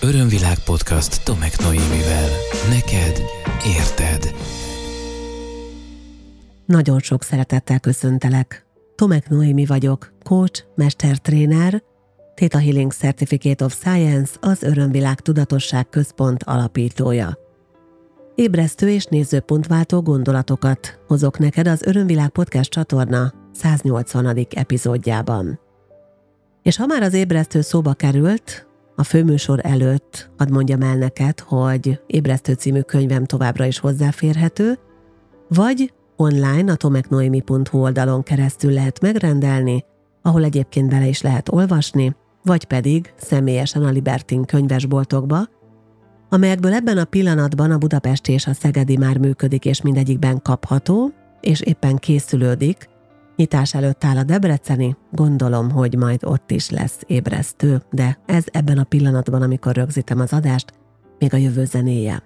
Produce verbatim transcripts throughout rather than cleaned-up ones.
Örömvilág podcast Tomek Noémivel. Neked érted. Nagyon sok szeretettel köszöntelek. Tomek Noémi vagyok, coach, mestertréner, Theta Healing Certificate of Science, az Örömvilág Tudatosság Központ alapítója. Ébresztő és nézőpontváltó gondolatokat hozok neked az Örömvilág podcast csatorna száznyolcvanadik epizódjában. És ha már az ébresztő szóba került, a főműsor előtt hadd mondjam el neked, hogy Ébresztő című könyvem továbbra is hozzáférhető, vagy online a tomeknoemi pont hu oldalon keresztül lehet megrendelni, ahol egyébként bele is lehet olvasni, vagy pedig személyesen a Libertin könyvesboltokba, amelyekből ebben a pillanatban a budapesti és a szegedi már működik, és mindegyikben kapható, és éppen készülődik. Nyitás előtt áll a debreceni, gondolom, hogy majd ott is lesz ébresztő, de ez ebben a pillanatban, amikor rögzítem az adást, még a jövő zenéje.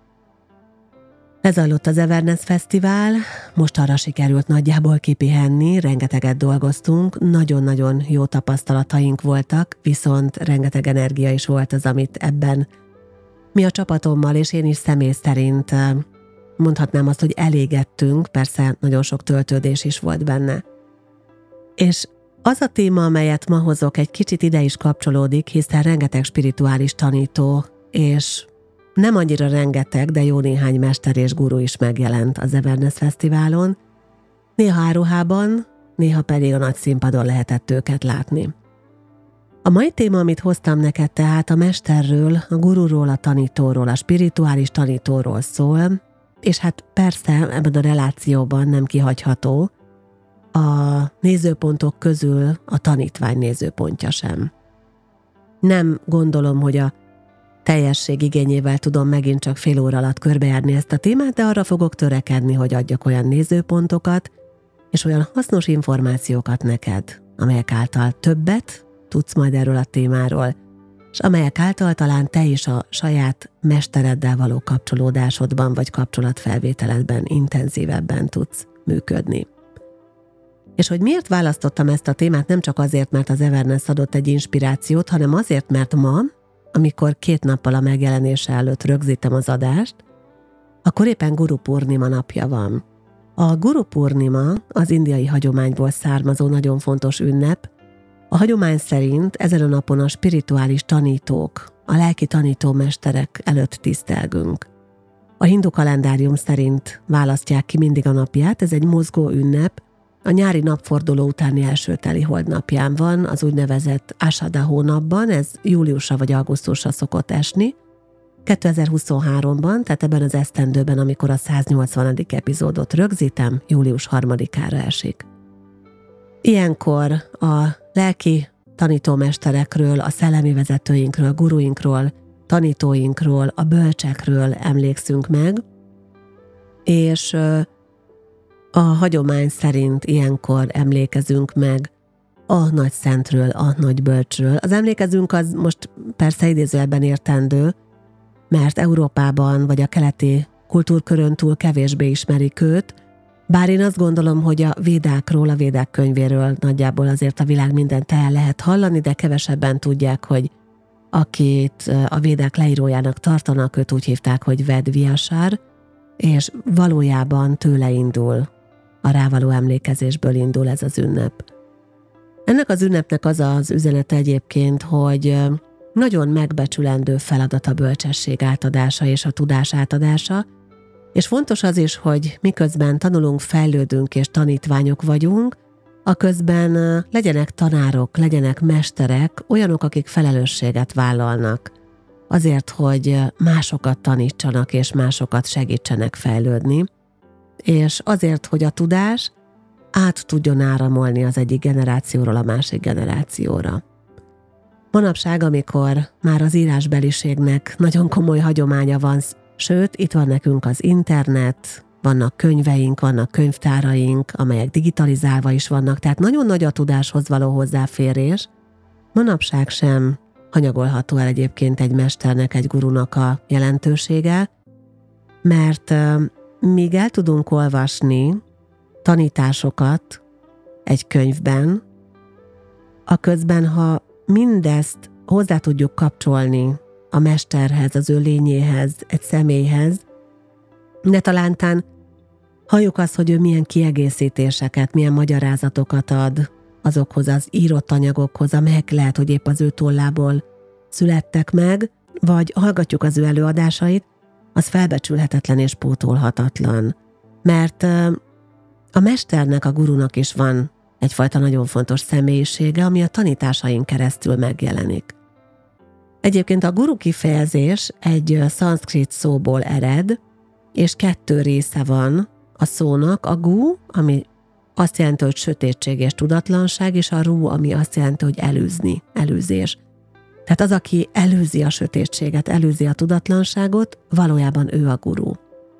Lezajlott az Everness Fesztivál, most arra sikerült nagyjából kipihenni, rengeteget dolgoztunk, nagyon-nagyon jó tapasztalataink voltak, viszont rengeteg energia is volt az, amit ebben mi a csapatommal, és én is személy szerint mondhatnám azt, hogy elégettünk, persze nagyon sok töltődés is volt benne. És az a téma, amelyet ma hozok, egy kicsit ide is kapcsolódik, hiszen rengeteg spirituális tanító, és nem annyira rengeteg, de jó néhány mester és guru is megjelent az Everness Fesztiválon, néha áruhában, néha pedig a nagy színpadon lehetett őket látni. A mai téma, amit hoztam neked, tehát a mesterről, a gururól, a tanítóról, a spirituális tanítóról szól, és hát persze ebben a relációban nem kihagyható a nézőpontok közül a tanítvány nézőpontja sem. Nem gondolom, hogy a teljesség igényével tudom megint csak fél óra alatt körbejárni ezt a témát, de arra fogok törekedni, hogy adjak olyan nézőpontokat és olyan hasznos információkat neked, amelyek által többet tudsz majd erről a témáról, és amelyek által talán te is a saját mestereddel való kapcsolódásodban vagy kapcsolatfelvételedben intenzívebben tudsz működni. És hogy miért választottam ezt a témát, nem csak azért, mert az Everness adott egy inspirációt, hanem azért, mert ma, amikor két nappal a megjelenése előtt rögzítem az adást, akkor éppen Guru Purnima napja van. A Guru Purnima az indiai hagyományból származó nagyon fontos ünnep. A hagyomány szerint ezen a napon a spirituális tanítók, a lelki tanítómesterek előtt tisztelgünk. A hindu kalendárium szerint választják ki mindig a napját, ez egy mozgó ünnep, a nyári napforduló utáni első teli holdnapján van, az úgynevezett Ashada hónapban, ez júliusra vagy augusztusra szokott esni. kétezer-huszonháromban, tehát ebben az esztendőben, amikor a száznyolcvanadik epizódot rögzítem, július harmadikára esik. Ilyenkor a lelki tanítómesterekről, a szellemi vezetőinkről, guruinkról, tanítóinkról, a bölcsekről emlékszünk meg, és a hagyomány szerint ilyenkor emlékezünk meg a nagy szentről, a nagy bölcsről. Az emlékezünk az most persze idézőjelben értendő, mert Európában vagy a keleti kultúrkörön túl kevésbé ismerik őt, bár én azt gondolom, hogy a védákról, a védák könyvéről nagyjából azért a világ mindent el lehet hallani, de kevesebben tudják, hogy akit a védák leírójának tartanak, őt úgy hívták, hogy Ved Vyasar, és valójában tőle indul, a rávaló emlékezésből indul ez az ünnep. Ennek az ünnepnek az az üzenete egyébként, hogy nagyon megbecsülendő feladat a bölcsesség átadása és a tudás átadása, és fontos az is, hogy miközben tanulunk, fejlődünk és tanítványok vagyunk, aközben legyenek tanárok, legyenek mesterek, olyanok, akik felelősséget vállalnak azért, hogy másokat tanítsanak és másokat segítsenek fejlődni, és azért, hogy a tudás át tudjon áramolni az egyik generációról a másik generációra. Manapság, amikor már az írásbeliségnek nagyon komoly hagyománya van, sőt, itt van nekünk az internet, vannak könyveink, vannak könyvtáraink, amelyek digitalizálva is vannak, tehát nagyon nagy a tudáshoz való hozzáférés. Manapság sem hanyagolható el egyébként egy mesternek, egy gurunak a jelentősége, mert míg el tudunk olvasni tanításokat egy könyvben, aközben, ha mindezt hozzá tudjuk kapcsolni a mesterhez, az ő lényéhez, egy személyhez, de talántán halljuk azt, hogy ő milyen kiegészítéseket, milyen magyarázatokat ad azokhoz az írott anyagokhoz, amelyek lehet, hogy épp az ő tollából születtek meg, vagy hallgatjuk az ő előadásait, az felbecsülhetetlen és pótolhatatlan. Mert a mesternek, a gurunak is van egyfajta nagyon fontos személyisége, ami a tanításain keresztül megjelenik. Egyébként a guru kifejezés egy szanszkrit szóból ered, és kettő része van a szónak, a gu, ami azt jelenti, hogy sötétség és tudatlanság, és a ru, ami azt jelenti, hogy elűzni, elűzés. Tehát az, aki elűzi a sötétséget, elűzi a tudatlanságot, valójában ő a guru.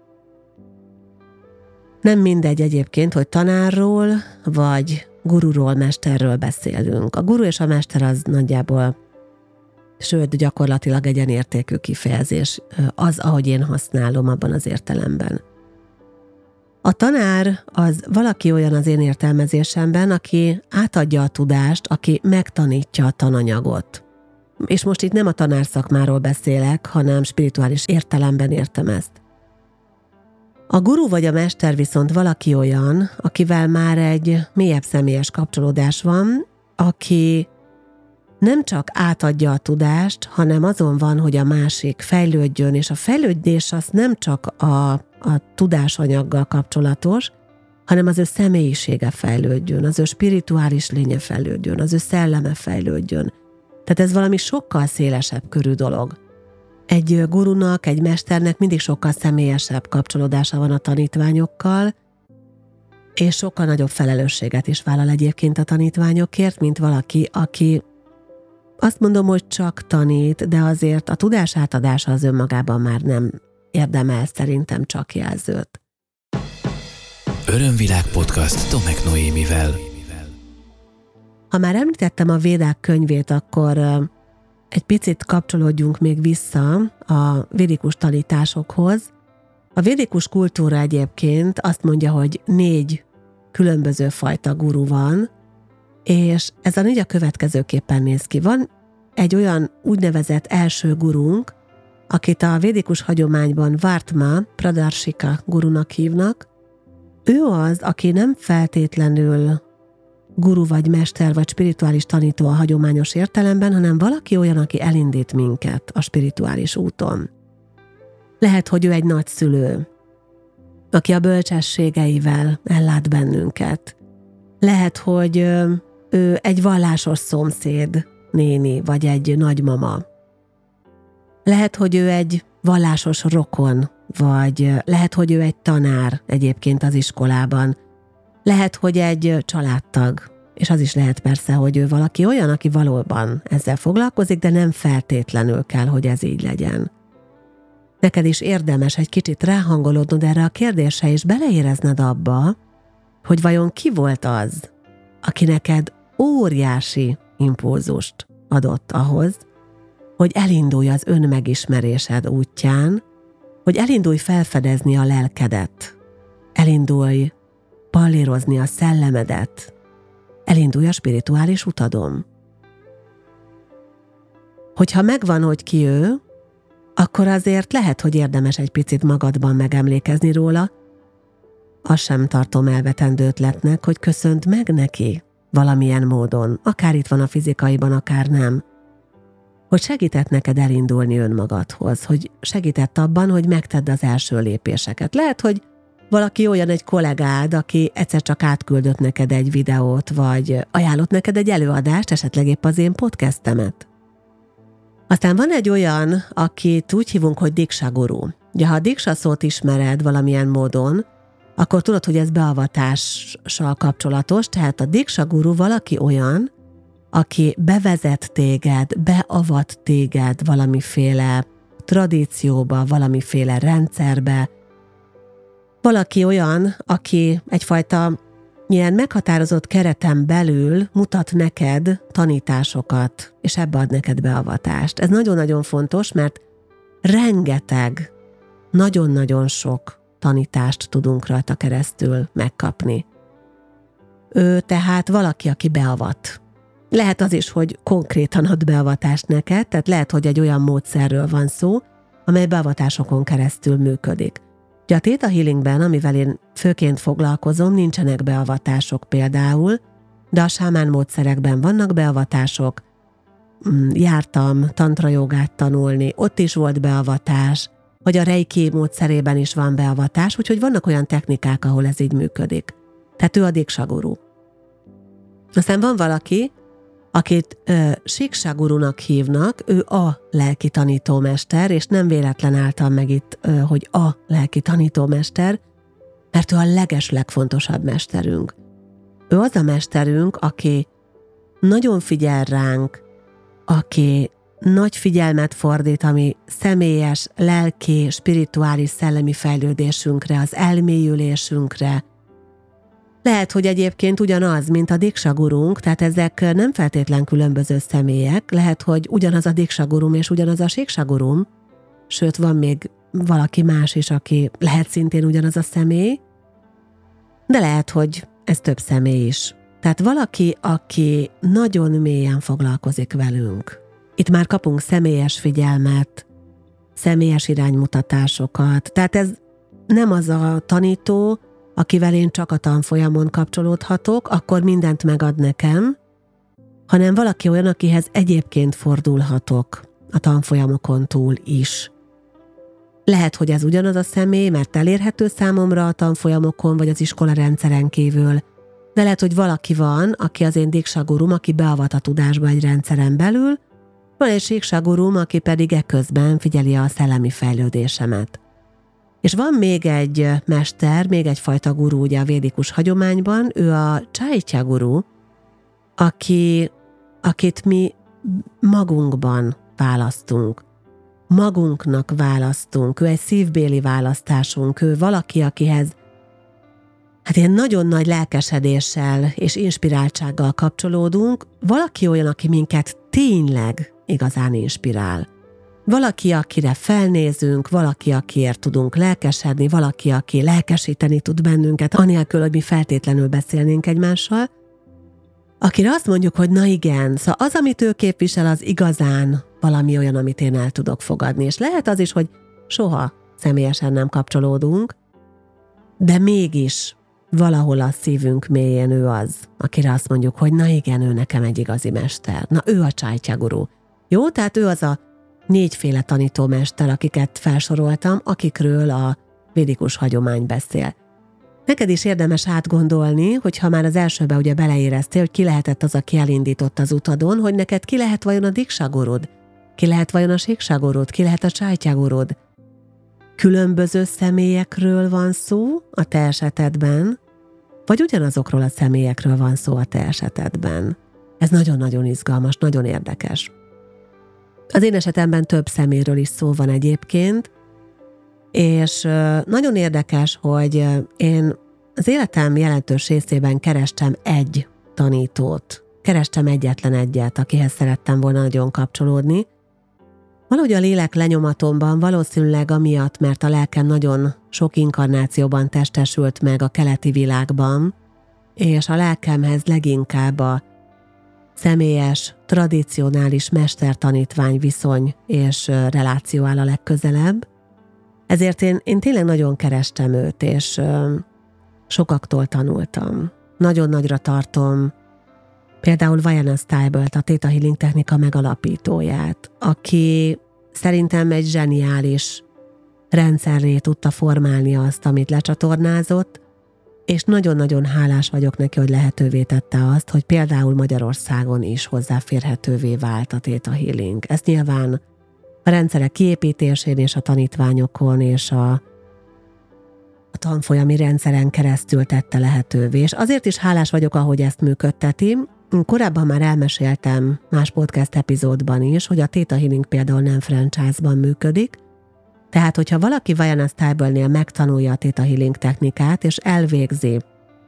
Nem mindegy egyébként, hogy tanárról, vagy gururól, mesterről beszélünk. A guru és a mester az nagyjából, sőt, gyakorlatilag egyenértékű kifejezés, az, ahogy én használom abban az értelemben. A tanár az valaki olyan az én értelmezésemben, aki átadja a tudást, aki megtanítja a tananyagot. És most itt nem a tanárszakmáról beszélek, hanem spirituális értelemben értem ezt. A guru vagy a mester viszont valaki olyan, akivel már egy mélyebb személyes kapcsolódás van, aki nem csak átadja a tudást, hanem azon van, hogy a másik fejlődjön, és a fejlődés az nem csak a, a tudásanyaggal kapcsolatos, hanem az ő személyisége fejlődjön, az ő spirituális lénye fejlődjön, az ő szelleme fejlődjön. Tehát ez valami sokkal szélesebb körű dolog. Egy gurunak, egy mesternek mindig sokkal személyesebb kapcsolódása van a tanítványokkal, és sokkal nagyobb felelősséget is vállal egyébként a tanítványokért, mint valaki, aki azt mondom, hogy csak tanít, de azért a tudás átadása az önmagában már nem érdemel szerintem csak jelzőt. Örömvilág podcast Tomek Noémivel. Ha már említettem a Védák könyvét, akkor egy picit kapcsolódjunk még vissza a védikus tanításokhoz. A védikus kultúra egyébként azt mondja, hogy négy különböző fajta guru van, és ez a négy a következőképpen néz ki. Van egy olyan úgynevezett első gurunk, akit a védikus hagyományban Vartma Pradarshika gurunak hívnak. Ő az, aki nem feltétlenül guru vagy mester vagy spirituális tanító a hagyományos értelemben, hanem valaki olyan, aki elindít minket a spirituális úton. Lehet, hogy ő egy nagyszülő, aki a bölcsességeivel ellát bennünket. Lehet, hogy ő egy vallásos szomszéd néni, vagy egy nagymama. Lehet, hogy ő egy vallásos rokon, vagy lehet, hogy ő egy tanár egyébként az iskolában. Lehet, hogy egy családtag, és az is lehet persze, hogy ő valaki olyan, aki valóban ezzel foglalkozik, de nem feltétlenül kell, hogy ez így legyen. Neked is érdemes egy kicsit ráhangolódnod erre a kérdésre, és beleérezned abba, hogy vajon ki volt az, aki neked óriási impulzust adott ahhoz, hogy elindulj az önmegismerésed útján, hogy elindulj felfedezni a lelkedet, elindulj pallírozni a szellemedet, elindulj a spirituális utadon. Hogyha megvan, hogy ki ő, akkor azért lehet, hogy érdemes egy picit magadban megemlékezni róla. Azt sem tartom elvetendő ötletnek, hogy köszönt meg neki valamilyen módon, akár itt van a fizikaiban, akár nem, hogy segített neked elindulni önmagadhoz, hogy segített abban, hogy megtedd az első lépéseket. Lehet, hogy valaki olyan egy kollégád, aki egyszer csak átküldött neked egy videót, vagy ajánlott neked egy előadást, esetleg épp az én podcastemet. Aztán van egy olyan, akit úgy hívunk, hogy Diksha Guru. Ugye, ha a Diksha szót ismered valamilyen módon, akkor tudod, hogy ez beavatással kapcsolatos, tehát a Diksha Guru valaki olyan, aki bevezet téged, beavat téged valamiféle tradícióba, valamiféle rendszerbe. Valaki olyan, aki egyfajta ilyen meghatározott kereten belül mutat neked tanításokat, és ebbe ad neked beavatást. Ez nagyon-nagyon fontos, mert rengeteg, nagyon-nagyon sok tanítást tudunk rajta keresztül megkapni. Ő tehát valaki, aki beavat. Lehet az is, hogy konkrétan ad beavatást neked, tehát lehet, hogy egy olyan módszerről van szó, amely beavatásokon keresztül működik. Ugye a Theta Healingben, amivel én főként foglalkozom, nincsenek beavatások például, de a sámán módszerekben vannak beavatások. Jártam tantra jogát tanulni, ott is volt beavatás, vagy a reiki módszerében is van beavatás, úgyhogy vannak olyan technikák, ahol ez így működik. Tehát ő a Diksha Guru. Aztán van valaki, akit ö, Siksha Gurunak hívnak, ő a lelki tanítómester, és nem véletlen álltam meg itt, ö, hogy a lelki tanítómester, mert ő a leges legfontosabb mesterünk. Ő az a mesterünk, aki nagyon figyel ránk, aki nagy figyelmet fordít a mi személyes, lelki, spirituális, szellemi fejlődésünkre, az elmélyülésünkre. Lehet, hogy egyébként ugyanaz, mint a Diksha Gurunk, tehát ezek nem feltétlen különböző személyek, lehet, hogy ugyanaz a Diksha Gurum és ugyanaz a Siksha Gurum, sőt, van még valaki más is, aki lehet szintén ugyanaz a személy, de lehet, hogy ez több személy is. Tehát valaki, aki nagyon mélyen foglalkozik velünk. Itt már kapunk személyes figyelmet, személyes iránymutatásokat. Tehát ez nem az a tanító, akivel én csak a tanfolyamon kapcsolódhatok, akkor mindent megad nekem, hanem valaki olyan, akihez egyébként fordulhatok a tanfolyamokon túl is. Lehet, hogy ez ugyanaz a személy, mert elérhető számomra a tanfolyamokon vagy az iskola rendszeren kívül, de lehet, hogy valaki van, aki az én Diksha Gurum, aki beavat a tudásba egy rendszeren belül, van egy Siksha Gurum, aki pedig eközben figyeli a szellemi fejlődésemet. És van még egy mester, még egyfajta guru ugye a védikus hagyományban, ő a Chaitya Guru, aki, akit mi magunkban választunk. Magunknak választunk, ő egy szívbéli választásunk, ő valaki, akihez hát ilyen nagyon nagy lelkesedéssel és inspiráltsággal kapcsolódunk, valaki olyan, aki minket tényleg igazán inspirál. Valaki, akire felnézünk, valaki, akiért tudunk lelkesedni, valaki, aki lelkesíteni tud bennünket, anélkül, hogy mi feltétlenül beszélnénk egymással, akire azt mondjuk, hogy na igen, szóval az, amit ő képvisel, az igazán valami olyan, amit én el tudok fogadni. És lehet az is, hogy soha személyesen nem kapcsolódunk, de mégis valahol a szívünk mélyén ő az, akire azt mondjuk, hogy na igen, ő nekem egy igazi mester. Na ő a Chaitya Guru. Jó, tehát ő az a négyféle tanítómester, akiket felsoroltam, akikről a védikus hagyomány beszél. Neked is érdemes átgondolni, hogyha már az elsőbe ugye beleéreztél, hogy ki lehetett az, aki elindított az utadon, hogy neked ki lehet vajon a Diksha Gurud, ki lehet vajon a Siksha Gurud, ki lehet a Chaitya Gurud. Különböző személyekről van szó a te esetedben, vagy ugyanazokról a személyekről van szó a te esetedben. Ez nagyon-nagyon izgalmas, nagyon érdekes. Az én esetemben több személyről is szó van egyébként, és nagyon érdekes, hogy én az életem jelentős részében kerestem egy tanítót, kerestem egyetlen egyet, akihez szerettem volna nagyon kapcsolódni. Valahogy a lélek lenyomatomban valószínűleg amiatt, mert a lelkem nagyon sok inkarnációban testesült meg a keleti világban, és a lelkemhez leginkább a személyes, tradicionális mester-tanítvány viszony és reláció áll a legközelebb. Ezért én, én tényleg nagyon kerestem őt, és ö, sokaktól tanultam. Nagyon nagyra tartom például Vajana Stibalt, a Theta Healing technika megalapítóját, aki szerintem egy zseniális rendszerré tudta formálni azt, amit lecsatornázott, és nagyon-nagyon hálás vagyok neki, hogy lehetővé tette azt, hogy például Magyarországon is hozzáférhetővé vált a Theta Healing. Ezt nyilván a rendszerek kiépítésén és a tanítványokon és a, a tanfolyami rendszeren keresztül tette lehetővé. És azért is hálás vagyok, ahogy ezt működteti. Korábban már elmeséltem más podcast epizódban is, hogy a Theta Healing például nem franchise-ban működik. Tehát, hogyha valaki Vajana Stibalnél megtanulja a Theta Healing technikát, és elvégzi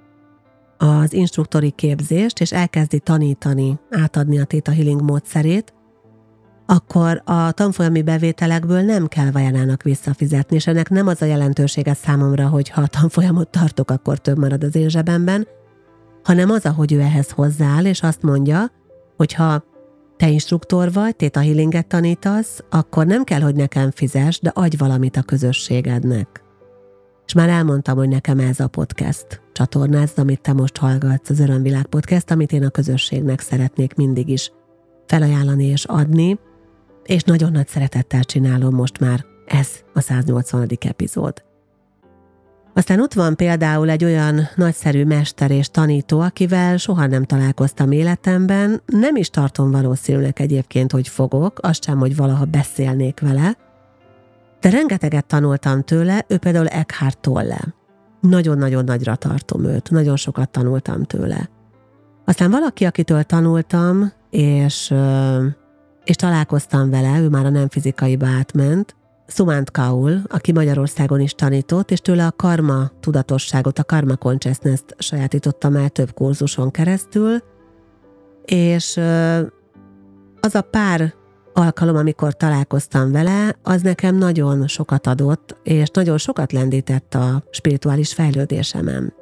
az instruktori képzést, és elkezdi tanítani, átadni a Theta Healing módszerét, akkor a tanfolyami bevételekből nem kell Vajanának visszafizetni, és ennek nem az a jelentősége számomra, hogy ha a tanfolyamot tartok, akkor több marad az én zsebemben, hanem az, ahogy ő ehhez hozzááll, és azt mondja, hogyha te instruktor vagy, Theta Healinget tanítasz, akkor nem kell, hogy nekem fizess, de adj valamit a közösségednek. És már elmondtam, hogy nekem ez a podcast csatornáz, amit te most hallgatsz, az Örömvilág podcast, amit én a közösségnek szeretnék mindig is felajánlani és adni, és nagyon nagy szeretettel csinálom most már, ez a száznyolcvanadik epizód. Aztán ott van például egy olyan nagyszerű mester és tanító, akivel soha nem találkoztam életemben, nem is tartom valószínűleg egyébként, hogy fogok, azt sem, hogy valaha beszélnék vele, de rengeteget tanultam tőle, ő például Eckhart Tolle. Nagyon-nagyon nagyra tartom őt, nagyon sokat tanultam tőle. Aztán valaki, akitől tanultam, és, és találkoztam vele, ő már a nem fizikaiba átment, Sumant Kaul, aki Magyarországon is tanított, és tőle a karma tudatosságot, a karma consciousness-t sajátítottam el több kurzuson keresztül, és az a pár alkalom, amikor találkoztam vele, az nekem nagyon sokat adott, és nagyon sokat lendített a spirituális fejlődésemen.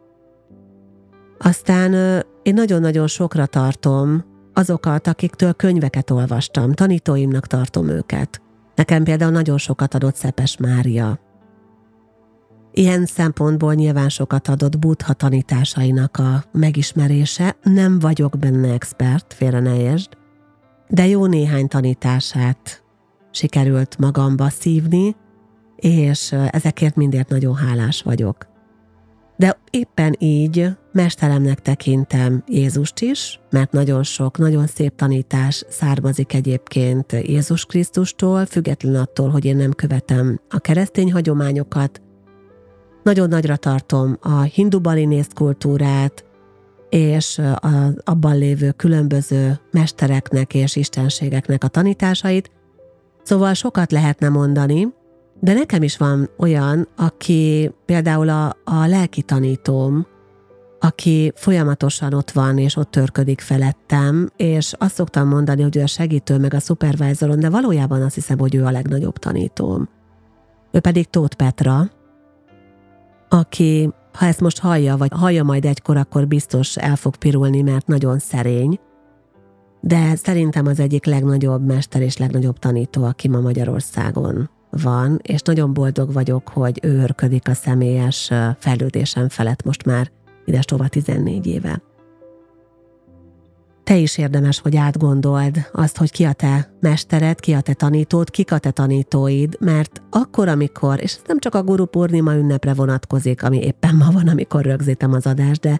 Aztán én nagyon-nagyon sokra tartom azokat, akiktől könyveket olvastam, tanítóimnak tartom őket. Nekem például nagyon sokat adott Szepes Mária. Ilyen szempontból nyilván sokat adott Buddha tanításainak a megismerése. Nem vagyok benne expert, félre ne értsd, de jó néhány tanítását sikerült magamba szívni, és ezekért mindért nagyon hálás vagyok. De éppen így mesteremnek tekintem Jézust is, mert nagyon sok, nagyon szép tanítás származik egyébként Jézus Krisztustól, függetlenül attól, hogy én nem követem a keresztény hagyományokat. Nagyon nagyra tartom a hindu balinészt kultúrát, és az abban lévő különböző mestereknek és istenségeknek a tanításait. Szóval sokat lehetne mondani, de nekem is van olyan, aki például a, a lelki tanítóm, aki folyamatosan ott van, és ott törködik felettem, és azt szoktam mondani, hogy ő a segítő, meg a szupervájzoron, de valójában azt hiszem, hogy ő a legnagyobb tanítóm. Ő pedig Tóth Petra, aki, ha ezt most hallja, vagy hallja majd egykor, akkor biztos el fog pirulni, mert nagyon szerény, de szerintem az egyik legnagyobb mester és legnagyobb tanító, aki ma Magyarországon van, és nagyon boldog vagyok, hogy ő örködik a személyes fejlődésem felett most már idestova tizennégy éve. Te is érdemes, hogy átgondold azt, hogy ki a te mestered, ki a te tanítód, kik a te tanítóid, mert akkor, amikor, és ez nem csak a Guru Purnima ünnepre vonatkozik, ami éppen ma van, amikor rögzítem az adást, de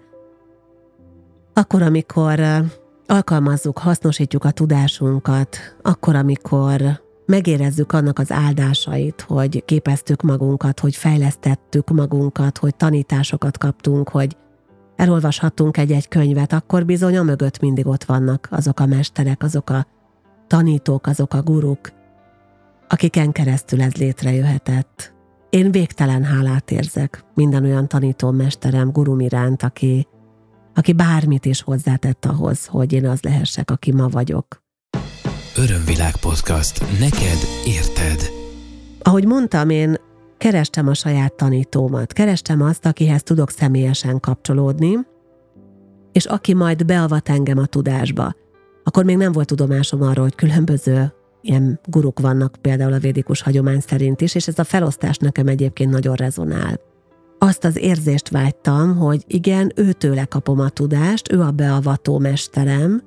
akkor, amikor alkalmazzuk, hasznosítjuk a tudásunkat, akkor, amikor megérezzük annak az áldásait, hogy képeztük magunkat, hogy fejlesztettük magunkat, hogy tanításokat kaptunk, hogy elolvashattunk egy-egy könyvet, akkor bizony amögött mindig ott vannak azok a mesterek, azok a tanítók, azok a guruk, akiken keresztül ez létrejöhetett. Én végtelen hálát érzek minden olyan tanítómesterem, gurum iránt, aki, aki bármit is hozzátett ahhoz, hogy én az lehessek, aki ma vagyok. Örömvilág podcast. Neked érted. Ahogy mondtam, én kerestem a saját tanítómat, kerestem azt, akihez tudok személyesen kapcsolódni, és aki majd beavat engem a tudásba. Akkor még nem volt tudomásom arról, hogy különböző ilyen guruk vannak, például a védikus hagyomány szerint is, és ez a felosztás nekem egyébként nagyon rezonál. Azt az érzést vágytam, hogy igen, őtőle kapom a tudást, ő a beavató mesterem,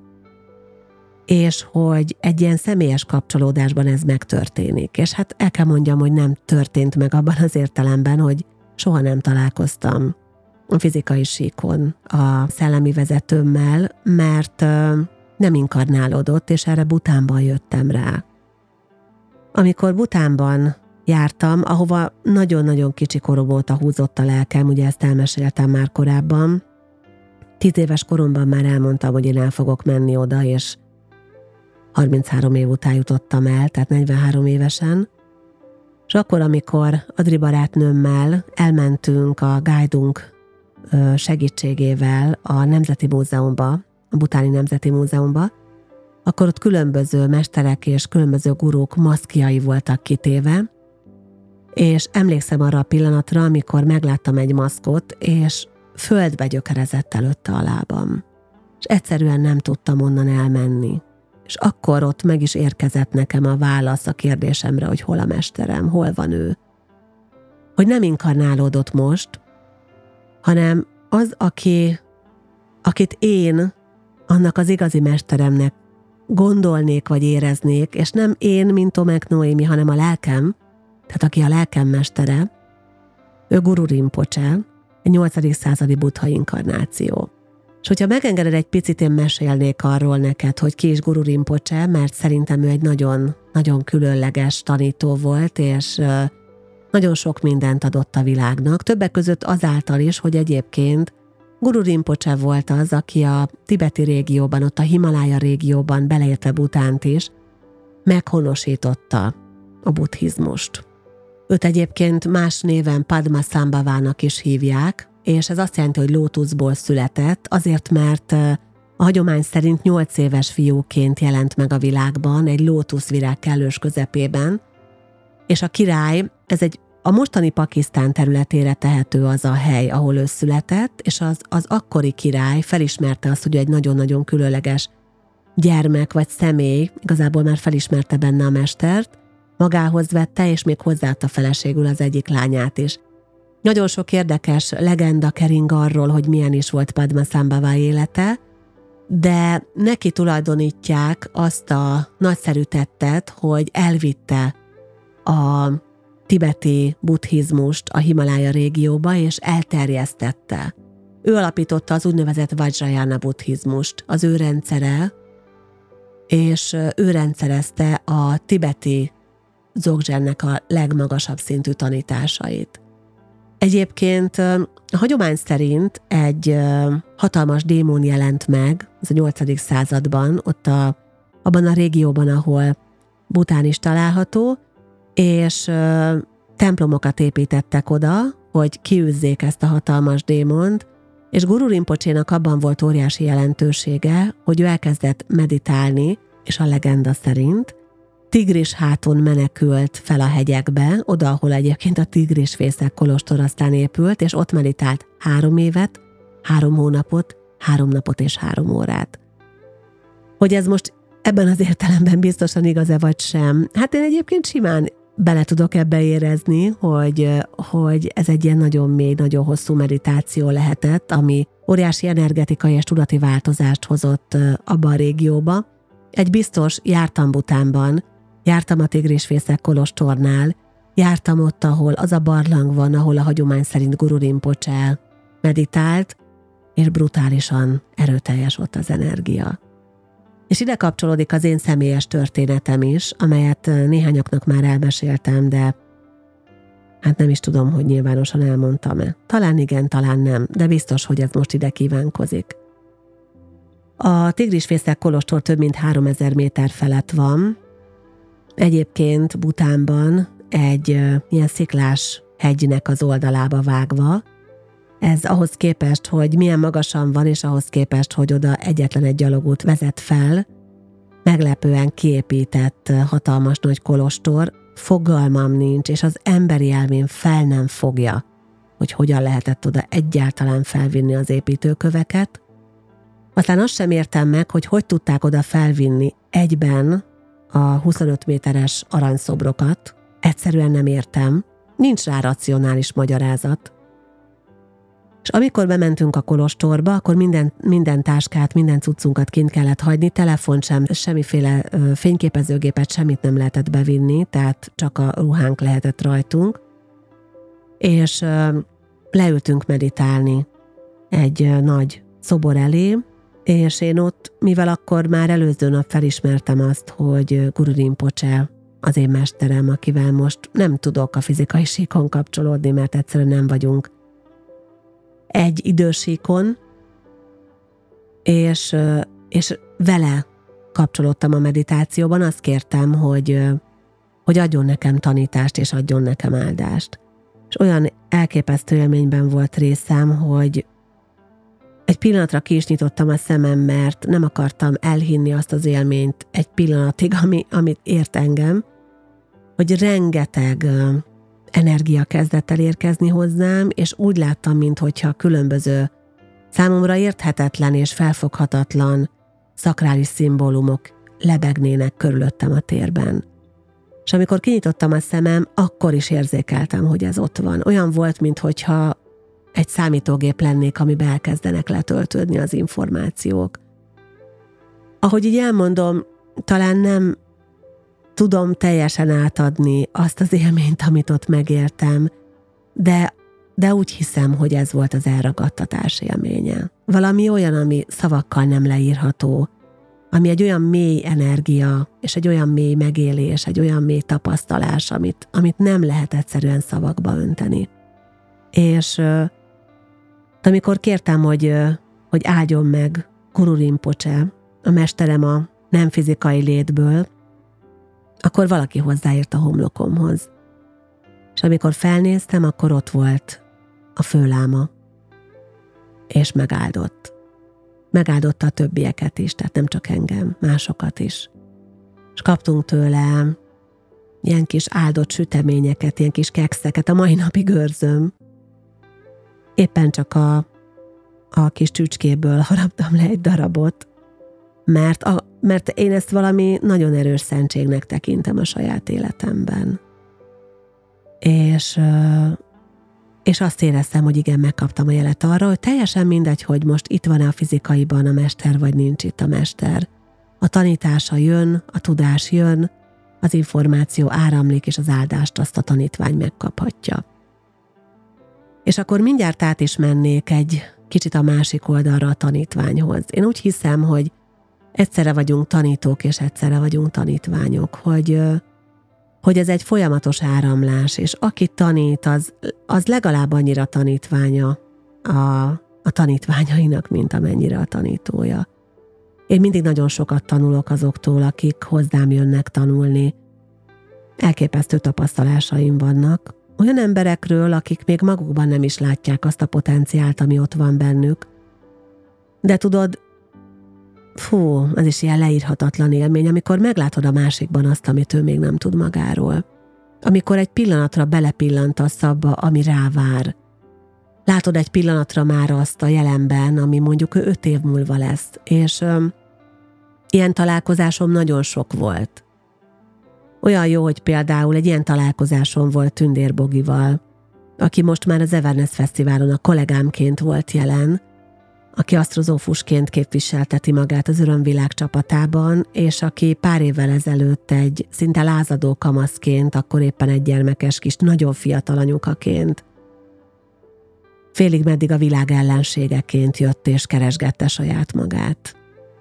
és hogy egy ilyen személyes kapcsolódásban ez megtörténik. És hát el kell mondjam, hogy nem történt meg abban az értelemben, hogy soha nem találkoztam a fizikai síkon a szellemi vezetőmmel, mert nem inkarnálódott, és erre Bhutánban jöttem rá. Amikor Bhutánban jártam, ahova nagyon-nagyon kicsi korom óta húzott a lelkem, ugye ezt elmeséltem már korábban, tíz éves koromban már elmondtam, hogy én el fogok menni oda, és harminchárom év után jutottam el, tehát negyvenhárom évesen, és akkor, amikor Adri barátnőmmel elmentünk a guide-unk segítségével a Nemzeti Múzeumba, a Bhutáni Nemzeti Múzeumba, akkor ott különböző mesterek és különböző guruk maszkjai voltak kitéve, és emlékszem arra a pillanatra, amikor megláttam egy maszkot, és földbe gyökerezett előtte a lábam. és egyszerűen nem tudtam onnan elmenni. És akkor ott meg is érkezett nekem a válasz a kérdésemre, hogy hol a mesterem, hol van ő. Hogy nem inkarnálódott most, hanem az, aki, akit én annak az igazi mesteremnek gondolnék vagy éreznék, és nem én, mint Tomek Noémi, hanem a lelkem, tehát aki a lelkem mestere, ő Guru Rinpoche, egy nyolcadik századi buddha inkarnáció. És hogyha megengeded egy picit, én mesélnék arról neked, hogy ki is Guru Rinpoche, mert szerintem ő egy nagyon, nagyon különleges tanító volt, és nagyon sok mindent adott a világnak, többek között azáltal is, hogy egyébként Guru Rinpoche volt az, aki a tibeti régióban, ott a Himalája régióban, beleértve Bhutánt is, meghonosította a buddhizmust. Őt egyébként más néven Padmasambhavának is hívják, és ez azt jelenti, hogy lótuszból született, azért, mert a hagyomány szerint nyolc éves fiúként jelent meg a világban, egy lótuszvirág kellős közepében, és a király, ez egy a mostani Pakisztán területére tehető az a hely, ahol ő született, és az, az akkori király felismerte azt, hogy egy nagyon-nagyon különleges gyermek vagy személy, igazából már felismerte benne a mestert, magához vette, és még hozzáadta feleségül az egyik lányát is. Nagyon sok érdekes legenda kering arról, hogy milyen is volt Padmasambhava élete, de neki tulajdonítják azt a nagyszerű tettet, hogy elvitte a tibeti buddhizmust a Himalája régióba, és elterjesztette. Ő alapította az úgynevezett Vajrayana buddhizmust, az ő rendszere, és ő rendszerezte a tibeti dzogcsennek a legmagasabb szintű tanításait. Egyébként a hagyomány szerint egy hatalmas démon jelent meg, ez a nyolcadik században, ott a, abban a régióban, ahol Bhután is található, és templomokat építettek oda, hogy kiűzzék ezt a hatalmas démont, és Guru Rinpoche-nak abban volt óriási jelentősége, hogy ő elkezdett meditálni, és a legenda szerint tigris háton menekült fel a hegyekbe, oda, ahol egyébként a tigrisfészek kolostor aztán épült, és ott meditált három évet, három hónapot, három napot és három órát. Hogy ez most ebben az értelemben biztosan igaz-e vagy sem? Hát én egyébként simán bele tudok ebbe érezni, hogy, hogy ez egy ilyen nagyon mély, nagyon hosszú meditáció lehetett, ami óriási energetikai és tudati változást hozott abba a régióba. Egy biztos, jártam Bhutánban, jártam a tigrisfészek kolostornál, jártam ott, ahol az a barlang van, ahol a hagyomány szerint Guru Rinpoche meditált, és brutálisan erőteljes ott az energia. És ide kapcsolódik az én személyes történetem is, amelyet néhányaknak már elmeséltem, de hát nem is tudom, hogy nyilvánosan elmondtam-e. Talán igen, talán nem, de biztos, hogy ez most ide kívánkozik. A tigrisfészek kolostor több mint háromezer méter felett van. Egyébként Bhutánban egy uh, ilyen sziklás hegynek az oldalába vágva. Ez ahhoz képest, hogy milyen magasan van, és ahhoz képest, hogy oda egyetlen egy gyalogút vezet fel, meglepően kiépített hatalmas nagy kolostor, fogalmam nincs, és az emberi elmén fel nem fogja, hogy hogyan lehetett oda egyáltalán felvinni az építőköveket. Aztán azt sem értem meg, hogy hogy tudták oda felvinni egyben a huszonöt méteres aranyszobrokat. Egyszerűen nem értem. Nincs rá racionális magyarázat. És amikor bementünk a kolostorba, akkor minden, minden táskát, minden cuccunkat kint kellett hagyni, telefont sem, semmiféle ö, fényképezőgépet, semmit nem lehetett bevinni, tehát csak a ruhánk lehetett rajtunk. És ö, leültünk meditálni egy ö, nagy szobor elé, és én ott, mivel akkor már előző nap felismertem azt, hogy Guru Rinpoche az én mesterem, akivel most nem tudok a fizikai síkon kapcsolódni, mert egyszerűen nem vagyunk egy idősíkon, és, és vele kapcsolódtam a meditációban, azt kértem, hogy, hogy adjon nekem tanítást, és adjon nekem áldást. És olyan elképesztő élményben volt részem, hogy egy pillanatra ki is nyitottam a szemem, mert nem akartam elhinni azt az élményt egy pillanatig, ami, amit ért engem, hogy rengeteg energia kezdett el érkezni hozzám, és úgy láttam, minthogyha különböző Számomra érthetetlen és felfoghatatlan szakrális szimbólumok lebegnének körülöttem a térben. És amikor kinyitottam a szemem, akkor is érzékeltem, hogy ez ott van. Olyan volt, minthogyha egy számítógép lennék, amiben elkezdenek letöltődni az információk. Ahogy így elmondom, talán nem tudom teljesen átadni azt az élményt, amit ott megéltem, de, de úgy hiszem, hogy ez volt az elragadtatás élménye. Valami olyan, ami szavakkal nem leírható, ami egy olyan mély energia, és egy olyan mély megélés, egy olyan mély tapasztalás, amit, amit nem lehet egyszerűen szavakba önteni. És amikor kértem, hogy, hogy áldjon meg Guru Rinpoche, a mesterem a nem fizikai létből, akkor valaki hozzáért a homlokomhoz. És amikor felnéztem, akkor ott volt a főláma, és megáldott. Megáldotta a többieket is, tehát nem csak engem, másokat is. És kaptunk tőle ilyen kis áldott süteményeket, ilyen kis kekszeket, a mai napig őrzöm. Éppen csak a, a kis csücskéből haraptam le egy darabot, mert, a, mert én ezt valami nagyon erős szentségnek tekintem a saját életemben. És, és azt éreztem, hogy igen, megkaptam a jelet arra, hogy teljesen mindegy, hogy most itt van-e a fizikaiban a mester, vagy nincs itt a mester. A tanítása jön, a tudás jön, az információ áramlik, és az áldást azt a tanítvány megkaphatja. És akkor mindjárt át is mennék egy kicsit a másik oldalra a tanítványhoz. Én úgy hiszem, hogy egyszerre vagyunk tanítók, és egyszerre vagyunk tanítványok, hogy, hogy ez egy folyamatos áramlás, és aki tanít, az, az legalább annyira tanítványa a, a tanítványainak, mint amennyire a tanítója. Én mindig nagyon sokat tanulok azoktól, akik hozzám jönnek tanulni. Elképesztő tapasztalásaim vannak, olyan emberekről, akik még magukban nem is látják azt a potenciált, ami ott van bennük. De tudod, fú, ez is ilyen leírhatatlan élmény, amikor meglátod a másikban azt, amit ő még nem tud magáról. Amikor egy pillanatra belepillantasz abba, ami rávár. Látod egy pillanatra már azt a jelenben, ami mondjuk ő öt év múlva lesz. És öm, ilyen találkozásom nagyon sok volt. Olyan jó, hogy például egy ilyen találkozásom volt Tündér Bogival, aki most már az Everness Fesztiválon a kollégámként volt jelen, aki asztrozófusként képviselteti magát az Örömvilág csapatában, és aki pár évvel ezelőtt egy szinte lázadó kamaszként, akkor éppen egy gyermekes kis, nagyon fiatal anyukaként, félig meddig a világ ellenségeként jött és keresgette saját magát.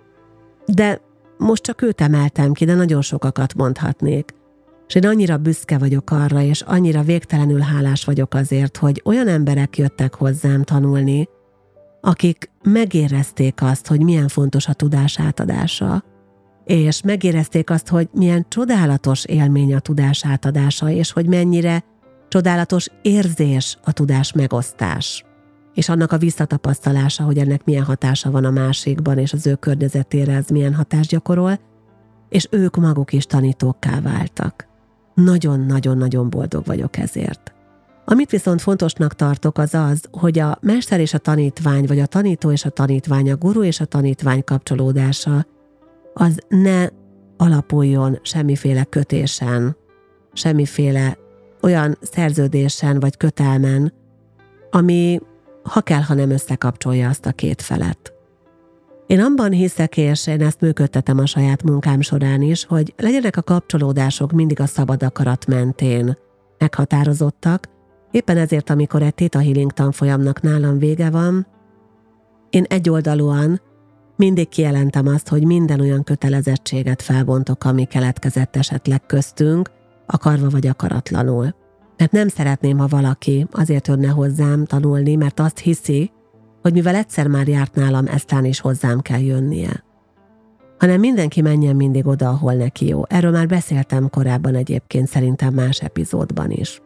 De most csak őt emeltem ki, de nagyon sokakat mondhatnék. És én annyira büszke vagyok arra, és annyira végtelenül hálás vagyok azért, hogy olyan emberek jöttek hozzám tanulni, akik megérezték azt, hogy milyen fontos a tudás átadása, és megérezték azt, hogy milyen csodálatos élmény a tudás átadása, és hogy mennyire csodálatos érzés a tudás megosztás, és annak a visszatapasztalása, hogy ennek milyen hatása van a másikban, és az ő környezetére ez milyen hatást gyakorol, és ők maguk is tanítókká váltak. Nagyon-nagyon-nagyon boldog vagyok ezért. Amit viszont fontosnak tartok, az az, hogy a mester és a tanítvány, vagy a tanító és a tanítvány, a guru és a tanítvány kapcsolódása, az ne alapuljon semmiféle kötésen, semmiféle olyan szerződésen vagy kötelmen, ami ha kell, ha nem összekapcsolja azt a két felet. Én abban hiszek, és én ezt működtetem a saját munkám során is, hogy legyenek a kapcsolódások mindig a szabad akarat mentén meghatározottak. Éppen ezért, amikor egy Theta Healing tanfolyamnak nálam vége van, én egyoldalúan mindig kijelentem azt, hogy minden olyan kötelezettséget felbontok, ami keletkezett esetleg köztünk, akarva vagy akaratlanul. Mert nem szeretném, ha valaki azért jönne hozzám tanulni, mert azt hiszi, hogy mivel egyszer már járt nálam, eztán is hozzám kell jönnie. Hanem mindenki menjen mindig oda, ahol neki jó. Erről már beszéltem korábban egyébként, szerintem más epizódban is.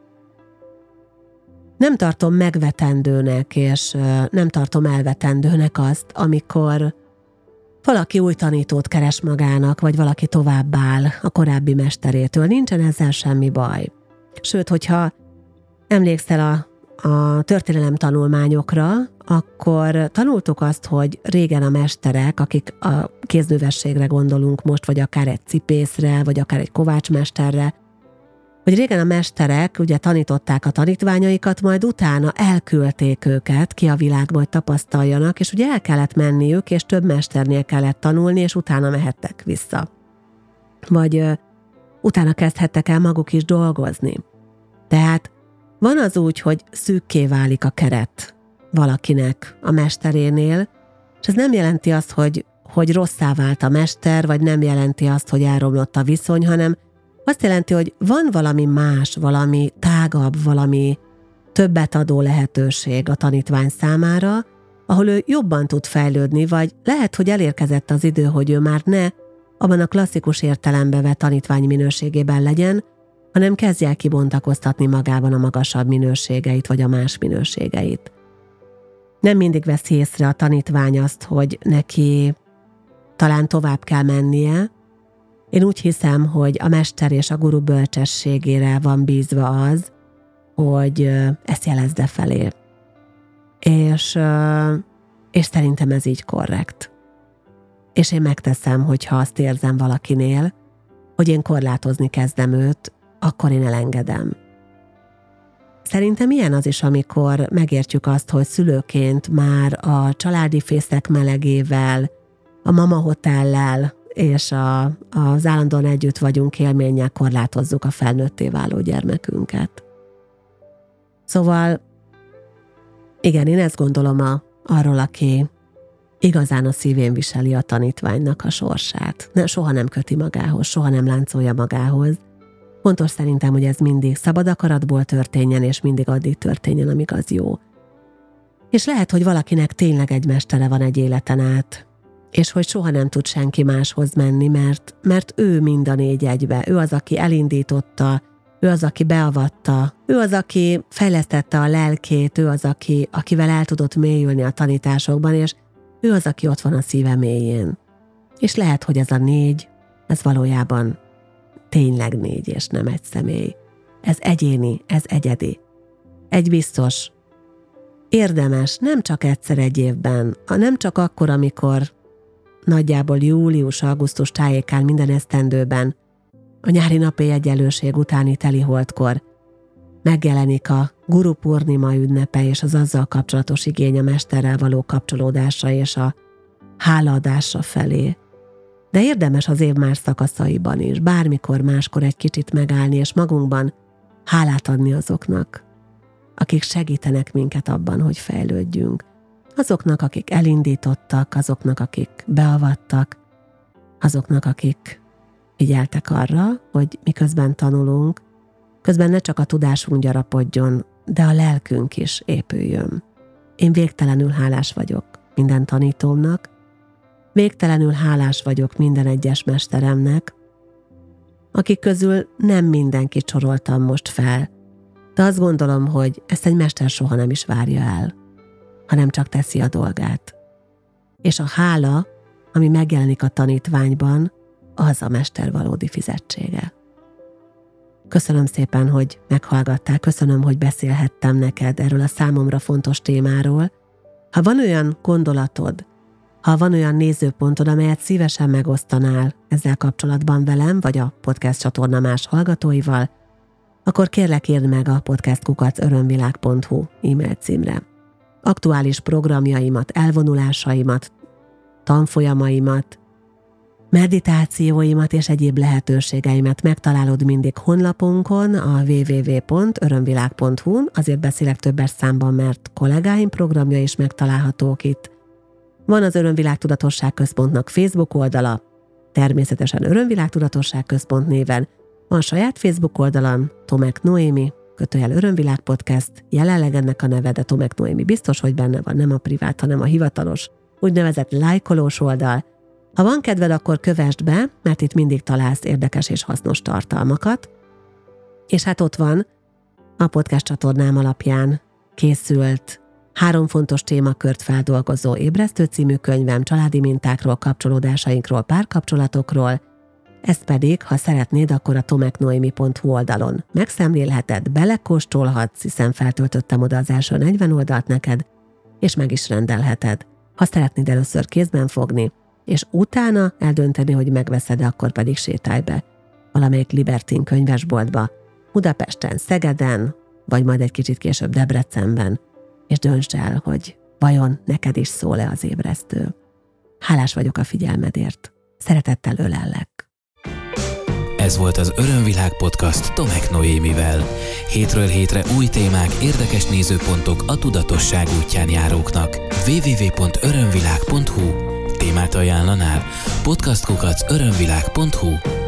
Nem tartom megvetendőnek, és nem tartom elvetendőnek azt, amikor valaki új tanítót keres magának, vagy valaki továbbáll a korábbi mesterétől. Nincsen ezzel semmi baj. Sőt, hogyha emlékszel a, a történelem tanulmányokra, akkor tanultuk azt, hogy régen a mesterek, akik a kézművességre gondolunk most, vagy akár egy cipészre, vagy akár egy kovácsmesterre, hogy régen a mesterek ugye tanították a tanítványaikat, majd utána elküldték őket ki a világba, hogy tapasztaljanak, és ugye el kellett menniük, és több mesternél kellett tanulni, és utána mehettek vissza. Vagy ö, utána kezdhettek el maguk is dolgozni. Tehát van az úgy, hogy szűkké válik a keret valakinek a mesterénél, és ez nem jelenti azt, hogy, hogy rosszá vált a mester, vagy nem jelenti azt, hogy elromlott a viszony, hanem azt jelenti, hogy van valami más, valami tágabb, valami többet adó lehetőség a tanítvány számára, ahol ő jobban tud fejlődni, vagy lehet, hogy elérkezett az idő, hogy ő már ne abban a klasszikus értelembe vett tanítvány minőségében legyen, hanem kezdje el kibontakoztatni magában a magasabb minőségeit, vagy a más minőségeit. Nem mindig veszi észre a tanítvány azt, hogy neki talán tovább kell mennie. Én úgy hiszem, hogy a mester és a guru bölcsességére van bízva az, hogy ezt jelezze felé. És, és szerintem ez így korrekt. És én megteszem, hogyha azt érzem valakinél, hogy én korlátozni kezdem őt, akkor én elengedem. Szerintem ilyen az is, amikor megértjük azt, hogy szülőként már a családi fészek melegével, a mama hotellel és a, az állandóan együtt vagyunk élménnyel korlátozzuk a felnőtté váló gyermekünket. Szóval igen, én ezt gondolom a, arról, aki igazán a szívén viseli a tanítványnak a sorsát. Ne, soha nem köti magához, soha nem láncolja magához. Fontos szerintem, hogy ez mindig szabad akaratból történjen, és mindig addig történjen, amíg az jó. És lehet, hogy valakinek tényleg egy mestere van egy életen át, és hogy soha nem tud senki máshoz menni, mert, mert ő mind a négy egybe. Ő az, aki elindította, ő az, aki beavatta, ő az, aki fejlesztette a lelkét, ő az, aki, akivel el tudott mélyülni a tanításokban, és ő az, aki ott van a szíve mélyén. És lehet, hogy ez a négy, ez valójában tényleg négy, és nem egy személy. Ez egyéni, ez egyedi. Egy biztos, érdemes nem csak egyszer egy évben, nem csak akkor, amikor nagyjából július-augusztus tájékán minden esztendőben, a nyári napi egyenlőség utáni teliholdkor megjelenik a Guru Purnima ünnepe és az azzal kapcsolatos igény a mesterrel való kapcsolódásra és a hálaadásra felé. De érdemes az év más szakaszaiban is, bármikor máskor egy kicsit megállni és magunkban hálát adni azoknak, akik segítenek minket abban, hogy fejlődjünk. Azoknak, akik elindítottak, azoknak, akik beavattak, azoknak, akik figyeltek arra, hogy miközben tanulunk, közben ne csak a tudásunk gyarapodjon, de a lelkünk is épüljön. Én végtelenül hálás vagyok minden tanítómnak, végtelenül hálás vagyok minden egyes mesteremnek, akik közül nem mindenkit soroltam most fel, de azt gondolom, hogy ezt egy mester soha nem is várja el, hanem csak teszi a dolgát. És a hála, ami megjelenik a tanítványban, az a mester valódi fizetsége. Köszönöm szépen, hogy meghallgattál, köszönöm, hogy beszélhettem neked erről a számomra fontos témáról. Ha van olyan gondolatod, ha van olyan nézőpontod, amelyet szívesen megosztanál ezzel kapcsolatban velem, vagy a podcast csatorna más hallgatóival, akkor kérlek írd meg a podcast kukac örömvilág pont hu e-mail címre. Aktuális programjaimat, elvonulásaimat, tanfolyamaimat, meditációimat és egyéb lehetőségeimet megtalálod mindig honlapunkon, a double-u double-u double-u pont örömvilág pont hu-n, azért beszélek többes számban, mert kollégáim programja is megtalálhatók itt. Van az Örömvilág Tudatosság Központnak Facebook oldala, természetesen Örömvilág Tudatosság Központ néven, van saját Facebook oldalam, Tomek Noémi, kötőjel Örömvilág Podcast, jelenleg ennek a neve, de Tomek Noémi biztos, hogy benne van, nem a privát, hanem a hivatalos, úgynevezett lájkolós oldal. Ha van kedved, akkor kövesd be, mert itt mindig találsz érdekes és hasznos tartalmakat. És hát ott van a podcast csatornám alapján készült három fontos témakört feldolgozó Ébresztő című könyvem, családi mintákról, kapcsolódásainkról, párkapcsolatokról, Ezt pedig, ha szeretnéd, akkor a tomeknoemi pont hu oldalon megszemlélheted, belekóstolhatsz, hiszen feltöltöttem oda az első negyven oldalt neked, és meg is rendelheted. Ha szeretnéd először kézben fogni, és utána eldönteni, hogy megveszed, akkor pedig sétálj be valamelyik Libertin könyvesboltba, Budapesten, Szegeden, vagy majd egy kicsit később Debrecenben, és döntsd el, hogy vajon neked is szól-e az ébresztő. Hálás vagyok a figyelmedért. Szeretettel ölellek. Ez volt az Örömvilág podcast Tomek Noémivel. Hétről hétre új témák, érdekes nézőpontok a tudatosság útján járóknak. double-u double-u double-u pont örömvilág pont hu Témát ajánlanál? podcast kukac örömvilág pont hu